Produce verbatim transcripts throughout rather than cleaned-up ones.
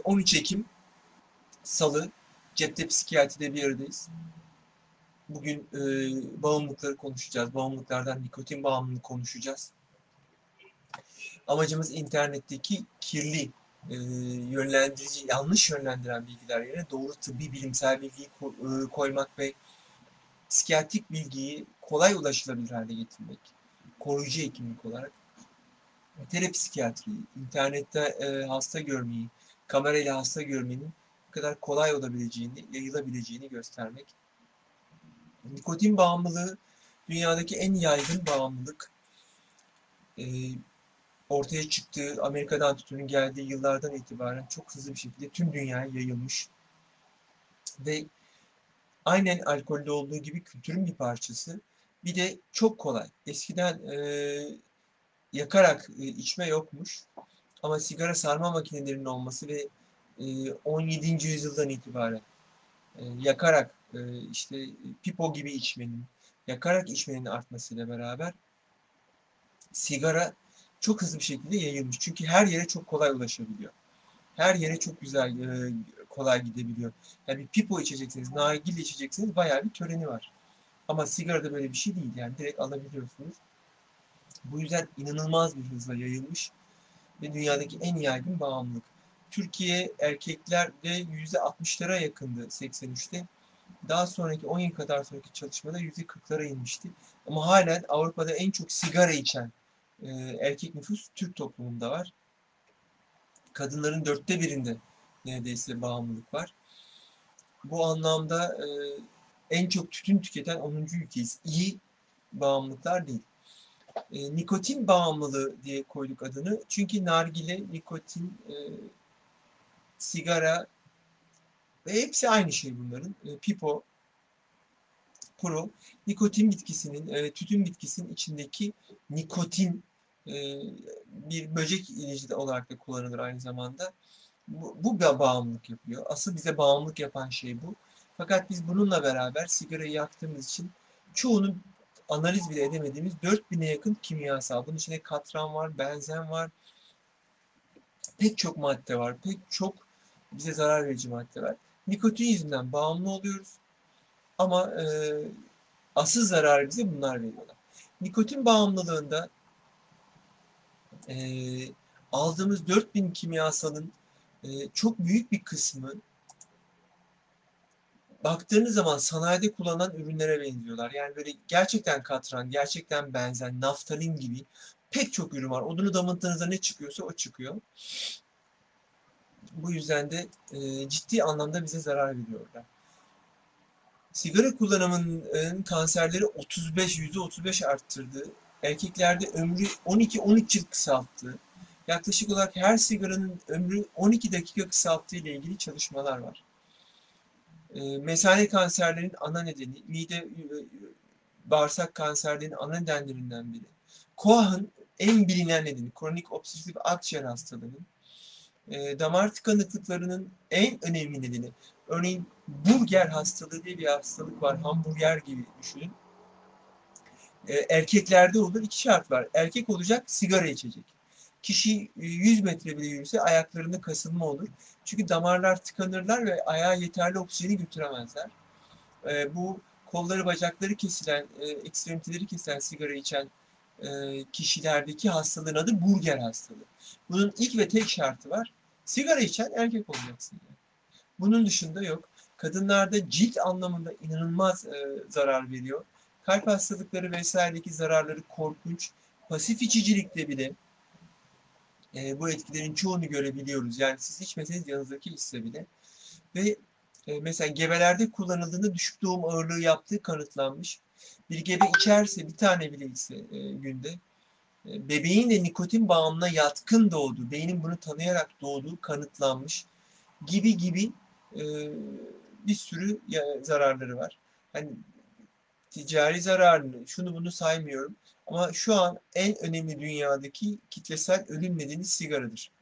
on üç Ekim Salı, Cepte Psikiyatri'de bir aradayız. Bugün e, bağımlılıkları konuşacağız. Bağımlılıklardan nikotin bağımlılığı konuşacağız. Amacımız internetteki kirli, e, yönlendirici, yanlış yönlendiren bilgiler yerine doğru tıbbi bilimsel bilgiyi ko- e, koymak ve psikiyatrik bilgiyi kolay ulaşılabilir hale getirmek. Koruyucu hekimlik olarak. Telepsikiyatriyi, internette e, hasta görmeyi, kamerayla hasta görmenin ne kadar kolay olabileceğini, yayılabileceğini göstermek. Nikotin bağımlılığı dünyadaki en yaygın bağımlılık. E, Ortaya çıktığı, Amerika'dan tütünün geldiği yıllardan itibaren çok hızlı bir şekilde tüm dünyaya yayılmış ve aynen alkolde olduğu gibi kültürün bir parçası. Bir de çok kolay. Eskiden e, yakarak e, içme yokmuş ama sigara sarma makinelerinin olması ve e, on yedinci yüzyıldan itibaren e, yakarak e, işte pipo gibi içmenin, yakarak içmenin artmasıyla beraber sigara çok hızlı bir şekilde yayılmış. Çünkü her yere çok kolay ulaşabiliyor. Her yere çok güzel, e, kolay gidebiliyor. Yani bir pipo içeceksiniz, nargile içeceksiniz bayağı bir töreni var. Ama sigarada böyle bir şey değil. Yani direkt alabiliyorsunuz. Bu yüzden inanılmaz bir hızla yayılmış ve dünyadaki en yaygın bağımlılık. Türkiye erkeklerde yüzde altmışlara yakındı seksen üçte. Daha sonraki on yıl kadar sonraki çalışmada yüzde kırklara inmişti. Ama halen Avrupa'da en çok sigara içen e, erkek nüfus Türk toplumunda var. Kadınların dörtte birinde neredeyse bağımlılık var. Bu anlamda e, en çok tütün tüketen onuncu ülkeyiz. İyi bağımlılıklar değil. E, nikotin bağımlılığı diye koyduk adını. Çünkü nargile, nikotin, e, sigara ve hepsi aynı şey bunların. E, pipo, puro, nikotin bitkisinin, e, tütün bitkisinin içindeki nikotin e, bir böcek ilacı olarak da kullanılır aynı zamanda. Bu, bu bir bağımlılık yapıyor. Asıl bize bağımlılık yapan şey bu. Fakat biz bununla beraber sigarayı yaktığımız için çoğunu analiz bile edemediğimiz dört bine yakın kimyasal. Bunun içinde katran var, benzen var, pek çok madde var, pek çok bize zarar verici madde var. Nikotin yüzünden bağımlı oluyoruz ama e, asıl zararı bize bunlar veriyorlar. Nikotin bağımlılığında e, aldığımız dört bin kimyasalın e, çok büyük bir kısmı baktığınız zaman sanayide kullanılan ürünlere benziyorlar. Yani böyle gerçekten katran, gerçekten benzen, naftalin gibi pek çok ürün var. Odunu damıttığınızda ne çıkıyorsa o çıkıyor. Bu yüzden de e, ciddi anlamda bize zarar veriyorlar. Sigara kullanımının kanserleri otuz beş, yüzde otuz beş arttırdı. Erkeklerde ömrü on iki on üç yıl kısalttı. Yaklaşık olarak her sigaranın ömrü on iki dakika kısalttığı ile ilgili çalışmalar var. E, mesane kanserlerinin ana nedeni, mide e, bağırsak kanserlerinin ana nedenlerinden biri. KOAH'ın en bilinen nedeni, kronik obstrüktif akciğer hastalığının, e, damar tıkanıklıklarının en önemli nedeni. Örneğin burger hastalığı diye bir hastalık var. Hamburger gibi düşünün. E, erkeklerde olur iki şart var. Erkek olacak, sigara içecek. Kişi yüz metre bile yürüse ayaklarında kasılma olur. Çünkü damarlar tıkanırlar ve ayağa yeterli oksijeni götüremezler. E, bu kolları bacakları kesilen, e, ekstremiteleri kesilen sigara içen e, kişilerdeki hastalığın adı burger hastalığı. Bunun ilk ve tek şartı var. Sigara içen erkek olacaksın. Yani. Bunun dışında yok. Kadınlarda cilt anlamında inanılmaz e, zarar veriyor. Kalp hastalıkları vesairedeki zararları korkunç. Pasif içicilikte bile e, bu etkilerin çoğunu görebiliyoruz. Yani siz içmeseniz yanınızdaki içse bile. Ve e, mesela gebelerde kullanıldığında düşük doğum ağırlığı yaptığı kanıtlanmış. Bir gebe içerse bir tane bile içse e, günde e, bebeğin de nikotin bağımlılığına yatkın doğduğu, beynin bunu tanıyarak doğduğu kanıtlanmış gibi gibi e, bir sürü ya, zararları var. Hani ticari zararını, şunu bunu saymıyorum. Ama şu an en önemli dünyadaki kitlesel ölüm nedeni sigaradır.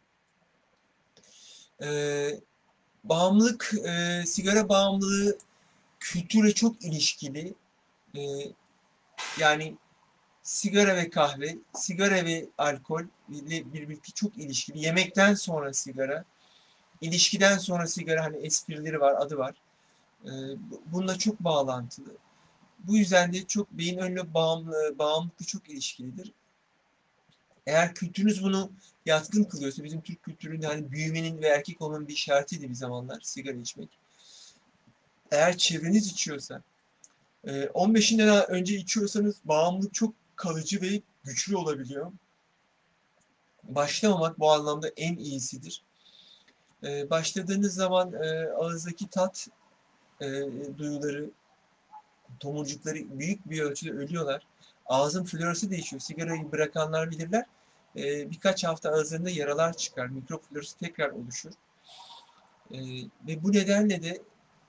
E, Bağımlılık, e, sigara bağımlılığı kültürle çok ilişkili. E, Yani sigara ve kahve, sigara ve alkol ile birbirlikte çok ilişkili. Yemekten sonra sigara, ilişkiden sonra sigara, hani esprileri var, adı var. E, bununla çok bağlantılı. Bu yüzden de çok beyin önüne bağımlı, bağımlılıkla çok ilişkilidir. Eğer kültürünüz bunu yatkın kılıyorsa, bizim Türk kültüründe hani büyümenin ve erkek olmanın bir işaretiydi bir zamanlar sigara içmek. Eğer çevreniz içiyorsa, on beşinden önce içiyorsanız bağımlılık çok kalıcı ve güçlü olabiliyor. Başlamamak bu anlamda en iyisidir. Başladığınız zaman ağızdaki tat duyuları, tomurcukları büyük bir ölçüde ölüyorlar. Ağzın florası değişiyor. Sigarayı bırakanlar bilirler. Birkaç hafta ağızlarında yaralar çıkar. Mikrop florası tekrar oluşur. Ve bu nedenle de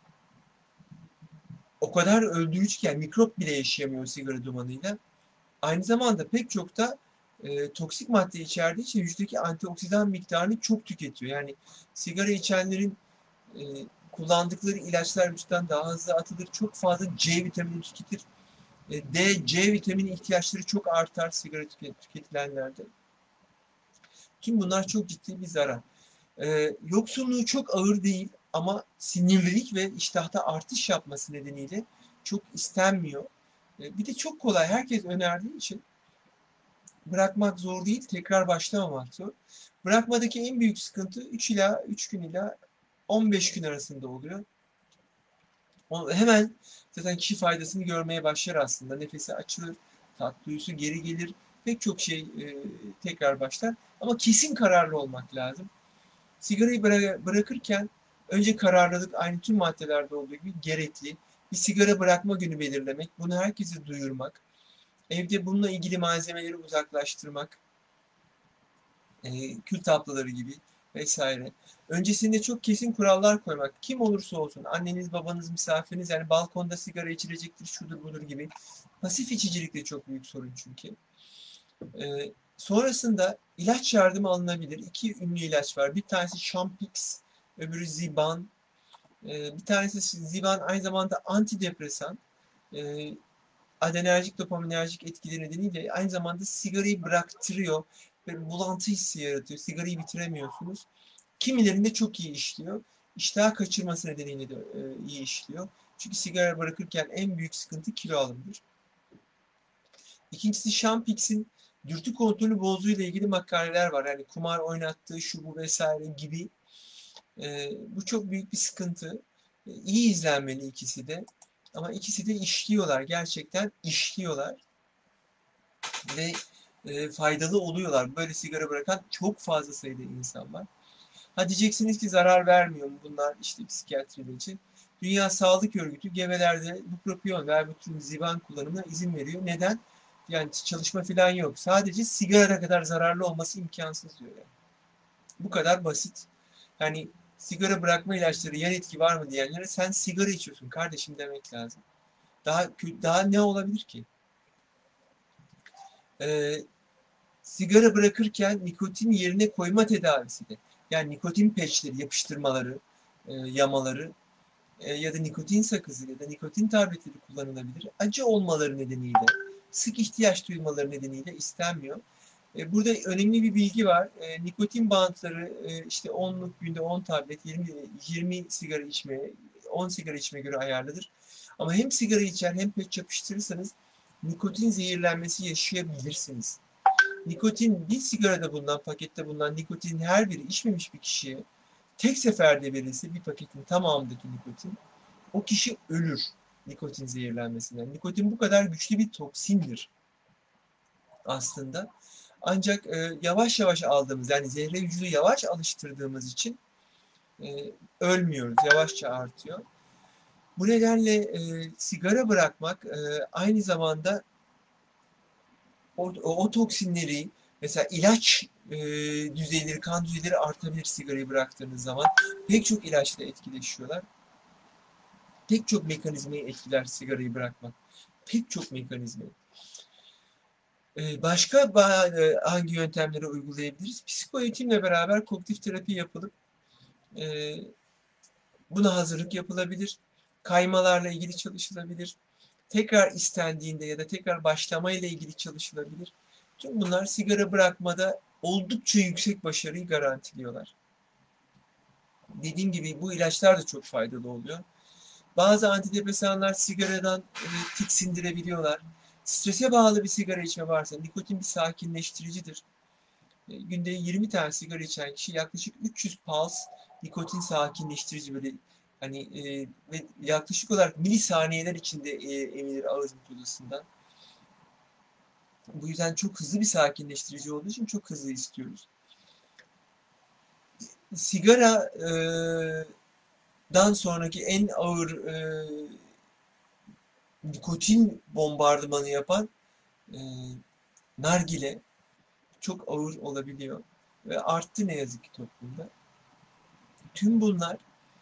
o kadar öldürücüken mikrop bile yaşayamıyor sigara dumanıyla. Aynı zamanda pek çok da e, toksik madde içerdiği için vücuttaki antioksidan miktarını çok tüketiyor. Yani sigara içenlerin e, kullandıkları ilaçlar vücuttan daha hızlı atılır. Çok fazla C vitamini tüketir. E, D, C vitamini ihtiyaçları çok artar sigara tüket, tüketilenlerde. Tüm bunlar çok ciddi bir zarar. E, yoksunluğu çok ağır değil ama sinirlilik ve iştahta artış yapması nedeniyle çok istenmiyor. E, bir de çok kolay. Herkes önerdiği için bırakmak zor değil, tekrar başlamamak zor. Bırakmadaki en büyük sıkıntı üç ila üç gün ila on beş gün arasında oluyor. O, hemen zaten kişi faydasını görmeye başlar aslında. Nefesi açılır, tat duyusu geri gelir. Pek çok şey e, tekrar başlar. Ama kesin kararlı olmak lazım. Sigarayı bıra- bırakırken önce kararlılık aynı tüm maddelerde olduğu gibi gerekli. Bir sigara bırakma günü belirlemek, bunu herkese duyurmak, evde bununla ilgili malzemeleri uzaklaştırmak, e, kül tatlıları gibi vesaire. Öncesinde çok kesin kurallar koymak. Kim olursa olsun, anneniz, babanız, misafiriniz, yani balkonda sigara içilecektir, şudur budur gibi. Pasif içicilik de çok büyük sorun çünkü. E, sonrasında ilaç yardımı alınabilir. İki ünlü ilaç var. Bir tanesi Champix, öbürü Ziban. E, bir tanesi Ziban aynı zamanda antidepresan. E, adrenerjik, dopaminerjik etkileri nedeniyle aynı zamanda sigarayı bıraktırıyor ve bulantı hissi yaratıyor. Sigarayı bitiremiyorsunuz. Kimilerinde çok iyi işliyor. İştah kaçırması nedeniyle de e, iyi işliyor. Çünkü sigara bırakırken en büyük sıkıntı kilo alımdır. İkincisi Champix'in dürtü kontrolü bozduğu ile ilgili makaleler var. Yani kumar oynattığı, şu bu vesaire gibi. E, bu çok büyük bir sıkıntı. E, iyi izlenmeli ikisi de. Ama ikisi de işliyorlar. Gerçekten işliyorlar. Ve e, faydalı oluyorlar. Böyle sigara bırakan çok fazla sayıda insan var. Ha diyeceksiniz ki zarar vermiyor mu bunlar işte psikiyatri ilacı? Dünya Sağlık Örgütü gebelerde bupropion ve albuterol ziban kullanımına izin veriyor. Neden? Yani çalışma falan yok. Sadece sigara kadar zararlı olması imkansız diyor yani. Bu kadar basit. Yani sigara bırakma ilaçları yan etki var mı diyenlere sen sigara içiyorsun kardeşim demek lazım. Daha daha ne olabilir ki? Ee, sigara bırakırken nikotin yerine koyma tedavisi de. Yani nikotin peçleri, yapıştırmaları, e, yamaları e, ya da nikotin sakızı ya da nikotin tabletleri kullanılabilir. Acı olmaları nedeniyle, sık ihtiyaç duymaları nedeniyle istenmiyor. E, burada önemli bir bilgi var. E, nikotin bantları e, işte onluk günde on tablet, yirmi, yirmi sigara içmeye, on sigara içmeye göre ayarlıdır. Ama hem sigara içer hem peç yapıştırırsanız nikotin zehirlenmesi yaşayabilirsiniz. Nikotin bir sigarada bulunan, pakette bulunan nikotinin her biri içmemiş bir kişiye tek seferde verilse bir paketin tamamındaki nikotin, o kişi ölür nikotin zehirlenmesinden. Nikotin bu kadar güçlü bir toksindir aslında. Ancak e, yavaş yavaş aldığımız, yani zehre vücudu yavaş alıştırdığımız için e, ölmüyoruz, yavaşça artıyor. Bu nedenle e, sigara bırakmak e, aynı zamanda o, o, o toksinleri, mesela ilaç e, düzeyleri, kan düzeyleri artabilir sigarayı bıraktığınız zaman. Pek çok ilaçla etkileşiyorlar. Pek çok mekanizmayı etkiler sigarayı bırakmak. Pek çok mekanizmayı. E, başka e, hangi yöntemleri uygulayabiliriz? Psikoeğitimle beraber kognitif terapi yapılıp e, buna hazırlık yapılabilir. Kaymalarla ilgili çalışılabilir. Tekrar istendiğinde ya da tekrar başlamayla ilgili çalışılabilir. Tüm bunlar sigara bırakmada oldukça yüksek başarıyı garantiliyorlar. Dediğim gibi bu ilaçlar da çok faydalı oluyor. Bazı antidepresanlar sigaradan e, tiksindirebiliyorlar. Strese bağlı bir sigara içme varsa nikotin bir sakinleştiricidir. E, günde yirmi tane sigara içen kişi yaklaşık üç yüz pulse nikotin sakinleştirici böyle hani e, ve yaklaşık olarak milisaniyeler içinde e, emilir ağız mukozasından. Bu yüzden çok hızlı bir sakinleştirici olduğu için çok hızlı istiyoruz. Sigara e, dan sonraki en ağır e, nikotin bombardımanı yapan e, nargile çok ağır olabiliyor ve arttı ne yazık ki toplumda. Tüm bunlar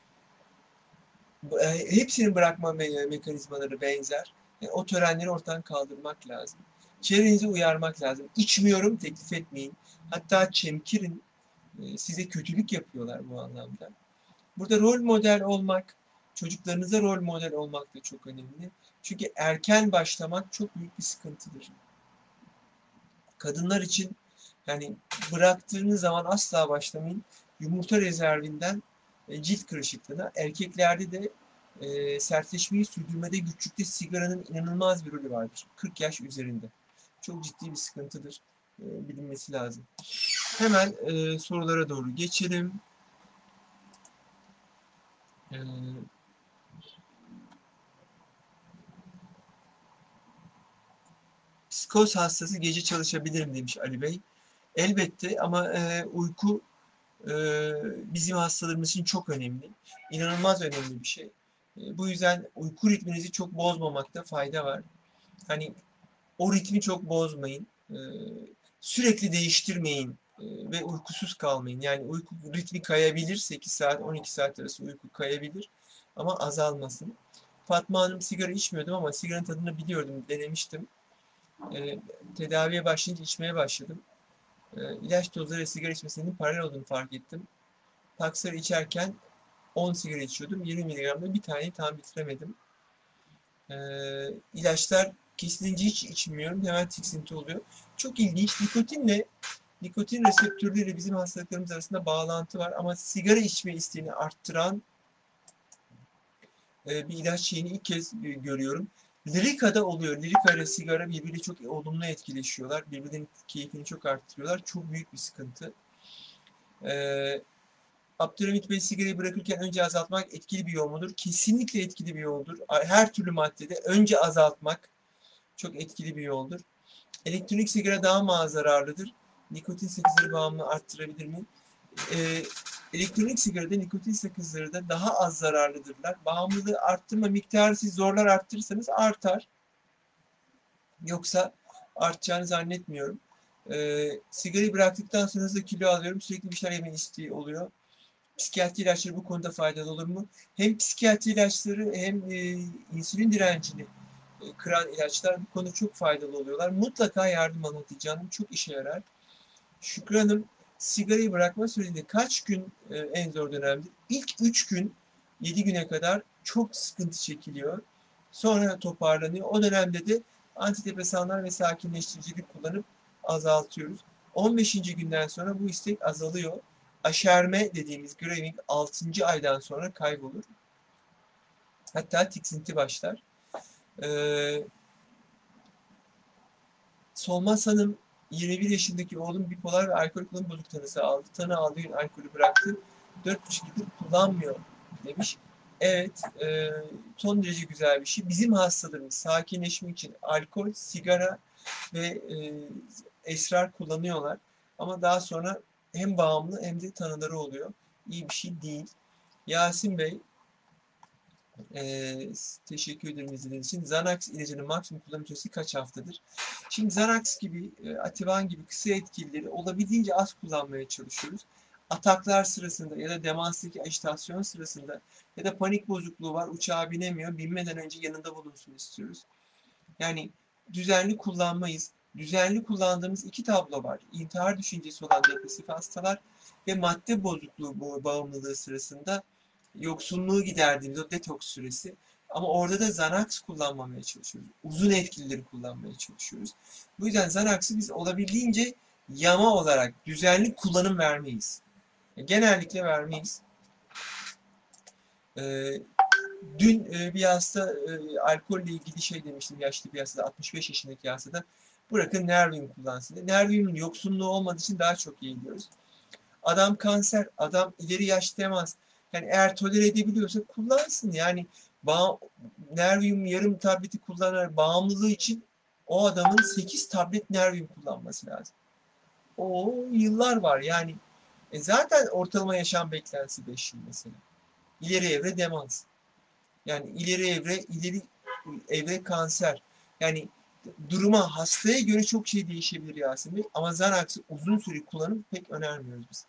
e, hepsinin bırakma me mekanizmaları benzer. Yani o törenleri ortadan kaldırmak lazım. Çevrenizi uyarmak lazım. İçmiyorum teklif etmeyin. Hatta çemkirin. E, size kötülük yapıyorlar bu anlamda. Burada rol model olmak, çocuklarınıza rol model olmak da çok önemli. Çünkü erken başlamak çok büyük bir sıkıntıdır. Kadınlar için yani bıraktığınız zaman asla başlamayın. Yumurta rezervinden e, cilt kırışıklığına, erkeklerde de e, sertleşmeyi sürdürmede güçlükte sigaranın inanılmaz bir rolü vardır. kırk yaş üzerinde. Çok ciddi bir sıkıntıdır. E, bilinmesi lazım. Hemen e, sorulara doğru geçelim. E, Psikoz hastası gece çalışabilir mi demiş Ali Bey. Elbette ama e, uyku e, bizim hastalarımız için çok önemli. İnanılmaz önemli bir şey. E, bu yüzden uyku ritminizi çok bozmamakta fayda var. Hani o ritmi çok bozmayın. E, sürekli değiştirmeyin e, ve uykusuz kalmayın. Yani uyku ritmi kayabilir. sekiz saat on iki saat arası uyku kayabilir ama azalmasın. Fatma Hanım sigara içmiyordum ama sigaranın tadını biliyordum, denemiştim. E, tedaviye başlayınca içmeye başladım. E, ilaç dozları ve sigara içmesinin paralel olduğunu fark ettim. Taksları içerken on sigara içiyordum. yirmi miligramda bir taneyi tam bitiremedim. E, ilaçlar kesilince hiç içmiyorum. Hemen tiksinti oluyor. Çok ilginç. Nikotinle nikotin reseptörleri bizim hastalıklarımız arasında bağlantı var. Ama sigara içme isteğini arttıran e, bir ilaç şeyini ilk kez e, görüyorum. Lirika'da oluyor. Lirika ile sigara birbiriyle çok olumlu etkileşiyorlar. Birbirinin keyfini çok arttırıyorlar. Çok büyük bir sıkıntı. Ee, Abdülhamit Bey sigarayı bırakırken önce azaltmak etkili bir yol mudur? Kesinlikle etkili bir yoldur. Her türlü maddede önce azaltmak çok etkili bir yoldur. Elektronik sigara daha mı az zararlıdır? Nikotin sakızları bağımlılığı arttırabilir mi? Ee, elektronik sigarada nikotin sakızları da daha az zararlıdırlar. Bağımlılığı arttırma miktarı siz zorlar arttırırsanız artar. Yoksa artacağını zannetmiyorum. Ee, sigarayı bıraktıktan sonra hızlı kilo alıyorum. Sürekli bir şeyler yeme isteği oluyor. Psikiyatri ilaçları bu konuda faydalı olur mu? Hem psikiyatri ilaçları hem e, insülin direncini e, kıran ilaçlar bu konuda çok faydalı oluyorlar. Mutlaka yardım alın Hatice Hanım. Çok işe yarar. Şükrü Hanım sigarayı bırakma sürecinde kaç gün e, en zor dönemdir? İlk üç gün yedi güne kadar çok sıkıntı çekiliyor. Sonra toparlanıyor. O dönemde de antidepresanlar ve sakinleştiricilik kullanıp azaltıyoruz. on beşinci günden sonra bu istek azalıyor. Aşerme dediğimiz craving altıncı aydan sonra kaybolur. Hatta tiksinti başlar. Ee, Solmaz Hanım yirmi bir yaşındaki oğlum bipolar ve alkol kullanım bozuk tanısı aldı. Tanı aldığı gün alkolü bıraktı. dört buçuk yıldır kullanmıyor demiş. Evet, e, son derece güzel bir şey. Bizim hastalarımız sakinleşmek için alkol, sigara ve e, esrar kullanıyorlar. Ama daha sonra hem bağımlı hem de tanıları oluyor. İyi bir şey değil. Yasin Bey, e, teşekkür ederim izlediğiniz için. Xanax ilacının maksimum kullanım süresi kaç haftadır? Şimdi Xanax gibi, e, Ativan gibi kısa etkilileri olabildiğince az kullanmaya çalışıyoruz. Ataklar sırasında ya da demanstaki ajitasyon sırasında ya da panik bozukluğu var, uçağa binemiyor, binmeden önce yanında bulunsun istiyoruz. Yani düzenli kullanmayız. Düzenli kullandığımız iki tablo var. İntihar düşüncesi olan depresif hastalar ve madde bozukluğu bağımlılığı sırasında yoksunluğu giderdiğimiz o detoks süresi. Ama orada da Xanax kullanmamaya çalışıyoruz. Uzun etkilileri kullanmaya çalışıyoruz. Bu yüzden Xanax'ı biz olabildiğince yama olarak düzenli kullanım vermeyiz. Genellikle vermeyiz. E, Dün e, bir hasta e, alkolle ilgili şey demiştim, yaşlı bir hastada, altmış beş yaşındaki hastada, bırakın Nervium kullansın. Nervium'un yoksunluğu olmadığı için daha çok eğiliyoruz. Adam kanser, adam ileri yaş demez. Yani eğer tolere edebiliyorsa kullansın. Yani bağ, Nervium yarım tableti kullanarak bağımlılığı için o adamın sekiz tablet Nervium kullanması lazım. O yıllar var yani. E zaten ortalama yaşam beklentisi beş yıl mesela. İleri evre demans. Yani ileri evre, ileri evre kanser. Yani duruma, hastaya göre çok şey değişebilir Yasemin Bey. Ama Xanax'ı uzun süre kullanıp pek önermiyoruz biz.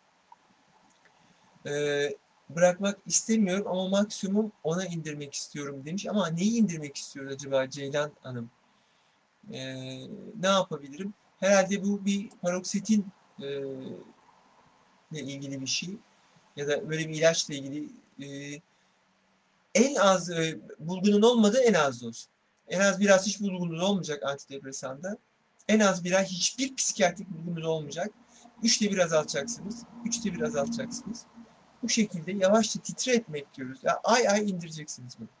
Ee, Bırakmak istemiyorum ama maksimum ona indirmek istiyorum demiş. Ama neyi indirmek istiyor acaba Ceylan Hanım? Ee, Ne yapabilirim? Herhalde bu bir paroksitin e, ile ilgili bir şey. Ya da böyle bir ilaçla ilgili e, en az e, bulgunun olmadığı en az doz. En az biraz hiç bulgunuz olmayacak antidepresanda. En az bir ay hiçbir psikiyatrik bulgunuz olmayacak. Üçte bir azaltacaksınız. Üçte bir azaltacaksınız. Bu şekilde yavaşça titre etmek diyoruz. Ya ay ay indireceksiniz bunu.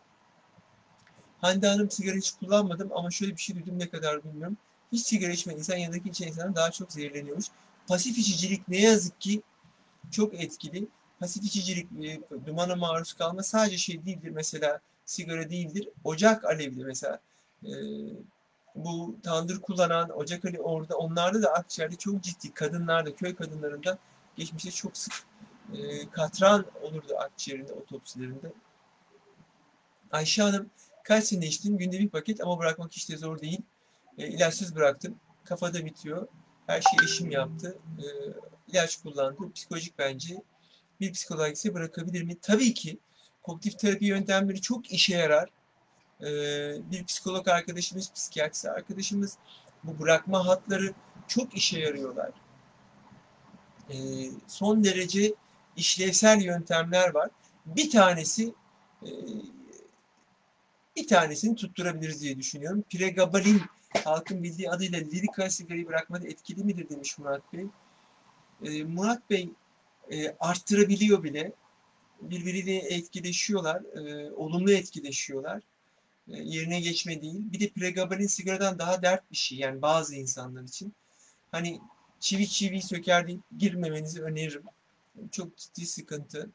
Hande Hanım sigara hiç kullanmadım ama şöyle bir şey duydum, ne kadar bilmiyorum. Hiç sigara içmeyen insan yanındaki içen insandan daha çok zehirleniyormuş. Pasif içicilik ne yazık ki çok etkili. Pasif içicilik, e, dumana maruz kalma sadece şey değildir, mesela sigara değildir. Ocak alevli mesela. E, Bu tandır kullanan, ocak alevi orada, onlarda da akciğerde çok ciddi, kadınlarda, köy kadınlarında geçmişte çok sık e, katran olurdu akciğerinde, otopsilerinde. Ayşe Hanım, kaç sene içtim? Günde bir paket ama bırakmak hiç de zor değil. E, ilaçsız bıraktım. Kafada bitiyor. Her şeyi eşim yaptı. E, ilaç kullandı. Psikolojik bence. Bir psikolog ise bırakabilir mi? Tabii ki. Kognitif terapi yöntemleri çok işe yarar. E, Bir psikolog arkadaşımız, psikiyatrist arkadaşımız, bu bırakma hatları çok işe yarıyorlar. E, Son derece işlevsel yöntemler var. Bir tanesi e, bir tanesini tutturabiliriz diye düşünüyorum. Pregabalin, halkın bildiği adıyla lirika, sigarayı bırakmada etkili midir demiş Murat Bey. Ee, Murat Bey e, arttırabiliyor bile. Birbiriyle etkileşiyorlar, e, olumlu etkileşiyorlar. E, yerine geçme değil. Bir de pregabalin sigaradan daha dert bir şey yani bazı insanlar için. Hani çivi çivi söker deyip girmemenizi öneririm. Çok ciddi sıkıntı.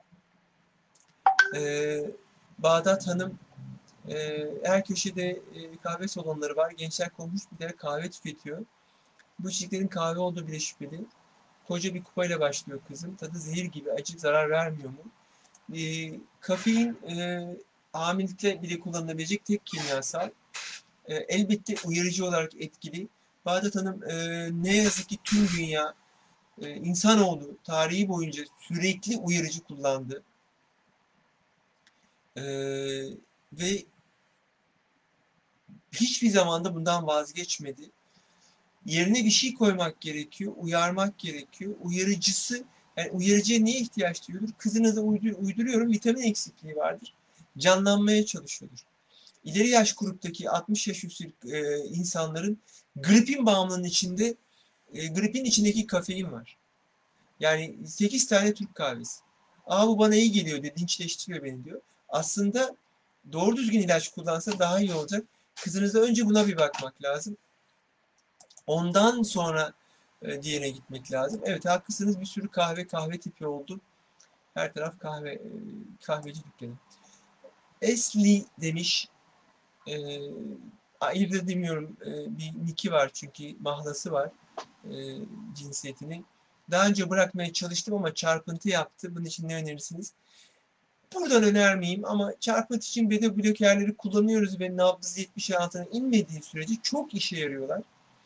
Ee, Bağdat Hanım, Ee, her köşede e, kahve salonları var. Gençler konmuş bir de kahve tüketiyor. Bu içeceklerin kahve olduğu bile şüpheli. Koca bir kupayla başlıyor kızım. Tadı zehir gibi, acı, zarar vermiyor mu? E, Kafein e, hamilelikte bile kullanılabilecek tek kimyasal. E, elbette uyarıcı olarak etkili. Bağdat Hanım, e, ne yazık ki tüm dünya, e, insanoğlu tarihi boyunca sürekli uyarıcı kullandı. E, Ve hiçbir zamanda bundan vazgeçmedi. Yerine bir şey koymak gerekiyor, uyarmak gerekiyor. Uyarıcısı, yani uyarıcıya niye ihtiyaç duyuyordur? Kızınıza uydur, uyduruyorum, vitamin eksikliği vardır. Canlanmaya çalışıyordur. İleri yaş gruptaki altmış yaş üstü e, insanların gripin bağımlılığının içinde, e, gripin içindeki kafein var. Yani sekiz tane Türk kahvesi. Aa, bu bana iyi geliyor diyor, dinçleştiriyor beni diyor. Aslında doğru düzgün ilaç kullansa daha iyi olacak. Kızınıza önce buna bir bakmak lazım. Ondan sonra e, diğerine gitmek lazım. Evet, haklısınız, bir sürü kahve kahve tipi oldu. Her taraf kahve, e, kahveci dükkanı. Esli demiş. E, ayırt edemiyorum. E, bir niki var çünkü, mahlası var e, cinsiyetini. Daha önce bırakmaya çalıştım ama çarpıntı yaptı. Bunun için ne önerirsiniz? Buradan önermeyeyim ama çarpıntı için beta blokerleri kullanıyoruz ve nabız yetmişin altına inmediği sürece çok işe yarıyorlar.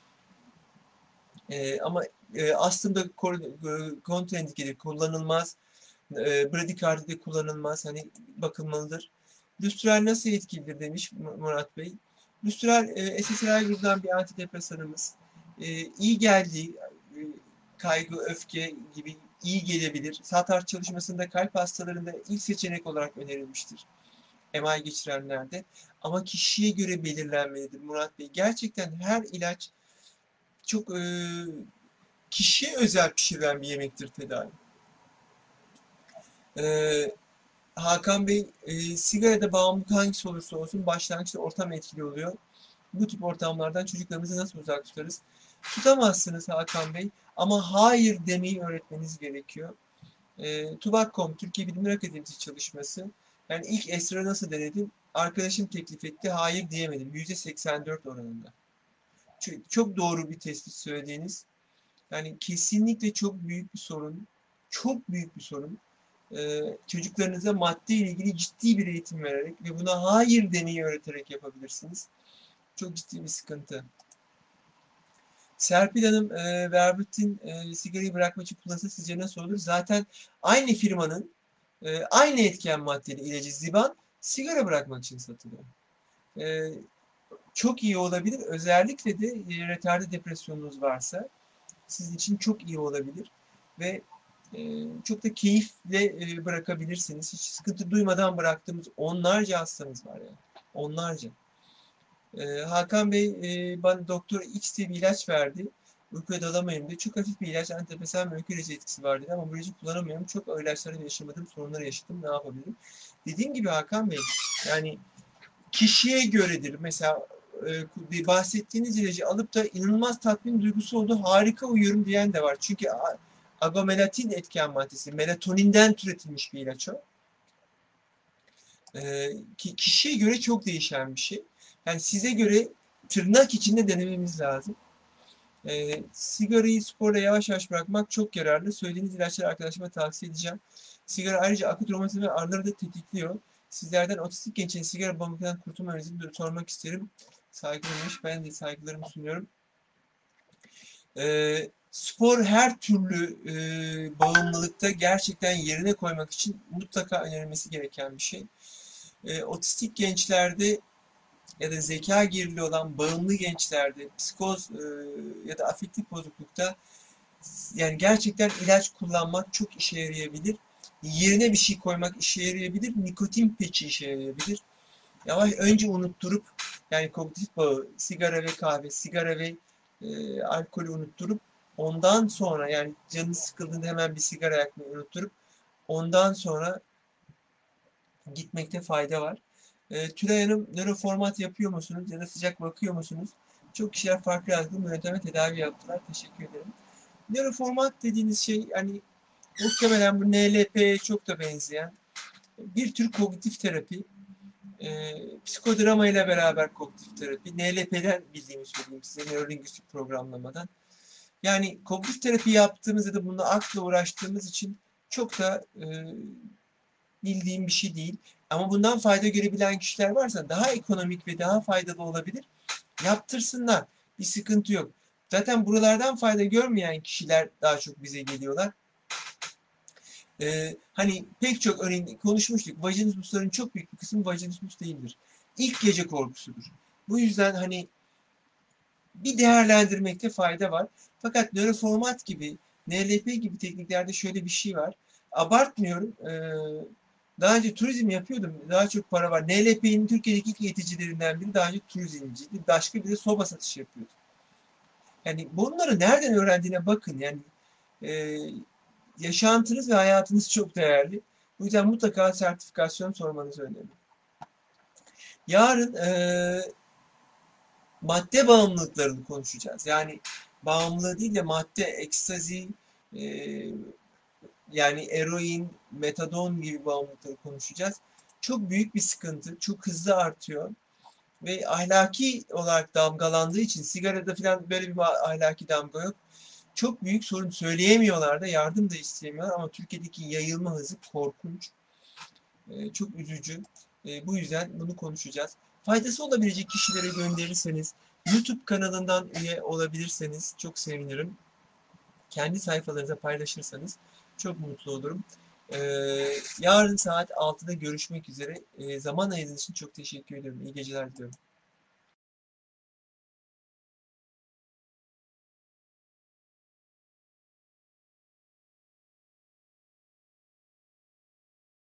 E, ama e, aslında kontraindikeli kullanılmaz. E, bradikardide kullanılmaz. Hani bakılmalıdır. Lüstral nasıl etkilidir demiş Murat Bey. Lüstral e, S S R I grubundan bir antidepresanımız. E, iyi geldiği, e, kaygı, öfke gibi iyi gelebilir. Satranç çalışmasında kalp hastalarında ilk seçenek olarak önerilmiştir. M I geçirenlerde. Ama kişiye göre belirlenmelidir Murat Bey. Gerçekten her ilaç çok e, kişiye özel pişirilen bir yemektir tedavi. E, Hakan Bey, e, sigarada bağımlılık hangisi olursa olsun başlangıçta ortam etkili oluyor. Bu tip ortamlardan çocuklarımızı nasıl uzak tutarız? Tutamazsınız Hakan Bey ama hayır demeyi öğretmeniz gerekiyor. E, Tubak nokta com Türkiye Bilimler Akademisi çalışması. Yani ilk esrar nasıl denedim? Arkadaşım teklif etti, hayır diyemedim. yüzde seksen dört oranında. Çok, çok doğru bir tespit söylediğiniz. Yani kesinlikle çok büyük bir sorun. Çok büyük bir sorun. Ee, çocuklarınıza madde ile ilgili ciddi bir eğitim vererek ve buna hayır demeyi öğreterek yapabilirsiniz. Çok ciddi bir sıkıntı. Serpil Hanım, e, Verbutin e, sigarayı bırakmak için kullanılsa sizce nasıl olur? Zaten aynı firmanın e, aynı etken maddeli ilacı Ziban sigara bırakmak için satılıyor. E, çok iyi olabilir. Özellikle de e, retarde depresyonunuz varsa sizin için çok iyi olabilir ve e, çok da keyifle e, bırakabilirsiniz. Hiç sıkıntı duymadan bıraktığımız onlarca hastamız var yani. Onlarca. E, Hakan Bey e, bana doktor X diye bir ilaç verdi. Uykuya dalamayın diye. Çok hafif bir ilaç. Antidepresan ve uyku ilacı etkisi var dedi ama bu ilacı kullanamıyorum. Çok o ilaçları yaşamadım. Sorunları yaşadım. Ne yapabilirim? Dediğim gibi Hakan Bey, yani kişiye göredir. Mesela e, bahsettiğiniz ilacı alıp da inanılmaz tatmin duygusu oldu, harika uyuyorum diyen de var. Çünkü agomelatin etken maddesi, melatoninden türetilmiş bir ilaç o. E, ki, kişiye göre çok değişen bir şey. Yani size göre tırnak içinde denememiz lazım. E, sigarayı sporla yavaş yavaş bırakmak çok yararlı. Söylediğiniz ilaçları arkadaşıma tavsiye edeceğim. Sigara ayrıca akut romatizma ve ağrıları da tetikliyor. Sizlerden otistik gençlerin sigara bağımlılıktan kurtulma önerisini sormak isterim. Saygılarımı, ben de saygılarımı sunuyorum. E, spor her türlü e, bağımlılıkta gerçekten yerine koymak için mutlaka önerilmesi gereken bir şey. E, otistik gençlerde ya da zeka geriliği olan bağımlı gençlerde, psikoz e, ya da afektif bozuklukta yani gerçekten ilaç kullanmak çok işe yarayabilir. Yerine bir şey koymak işe yarayabilir. Nikotin peçi işe yarayabilir. Yavaş önce unutturup yani kognitif bağı, sigara ve kahve, sigara ve e, alkolü unutturup ondan sonra yani canınız sıkıldığında hemen bir sigara yakmayı unutturup ondan sonra gitmekte fayda var. E, Tülay Hanım, nöroformat yapıyor musunuz ya da sıcak bakıyor musunuz? Çok kişiler farklı yazdım, yönteme tedavi yaptılar. Teşekkür ederim. Nöroformat dediğiniz şey hani muhtemelen bu N L P'ye çok da benzeyen bir tür kognitif terapi. E, psikodrama ile beraber kognitif terapi. N L P'den bildiğimi söyleyeyim size, nörolingüistik programlamadan. Yani kognitif terapi yaptığımız ya da bununla akla uğraştığımız için çok da e, bildiğim bir şey değil. Ama bundan fayda görebilen kişiler varsa daha ekonomik ve daha faydalı olabilir. Yaptırsınlar. Bir sıkıntı yok. Zaten buralardan fayda görmeyen kişiler daha çok bize geliyorlar. Ee, hani pek çok örneğin konuşmuştuk. Vajinismusların çok büyük bir kısmı vajinismus değildir. İlk gece korkusudur. Bu yüzden hani bir değerlendirmekte fayda var. Fakat nöroformat gibi, N L P gibi tekniklerde şöyle bir şey var. Abartmıyorum. Ee, daha önce turizm yapıyordum. Daha çok para var. N L P'nin Türkiye'deki ilk eğiticilerinden biri daha önce turizmciydi. Başka biri soba satışı yapıyordu. Yani bunları nereden öğrendiğine bakın. Yani e, yaşantınız ve hayatınız çok değerli. Bu yüzden mutlaka sertifikasyon sormanız önemli. Yarın e, madde bağımlılıklarını konuşacağız. Yani bağımlılığı değil de madde, ekstazi, e, yani eroin, metadon gibi bağımlılıkları konuşacağız. Çok büyük bir sıkıntı, çok hızlı artıyor ve ahlaki olarak damgalandığı için sigarada falan böyle bir ahlaki damga yok. Çok büyük sorun, söyleyemiyorlar da, yardım da isteyemiyorlar ama Türkiye'deki yayılma hızı korkunç. E, çok üzücü. E, bu yüzden bunu konuşacağız. Faydası olabilecek kişilere gönderirseniz, YouTube kanalından üye olabilirseniz çok sevinirim. Kendi sayfalarınıza paylaşırsanız çok mutlu olurum. E, yarın saat altıda görüşmek üzere. E, zaman ayırdığınız için çok teşekkür ederim. İyi geceler diliyorum.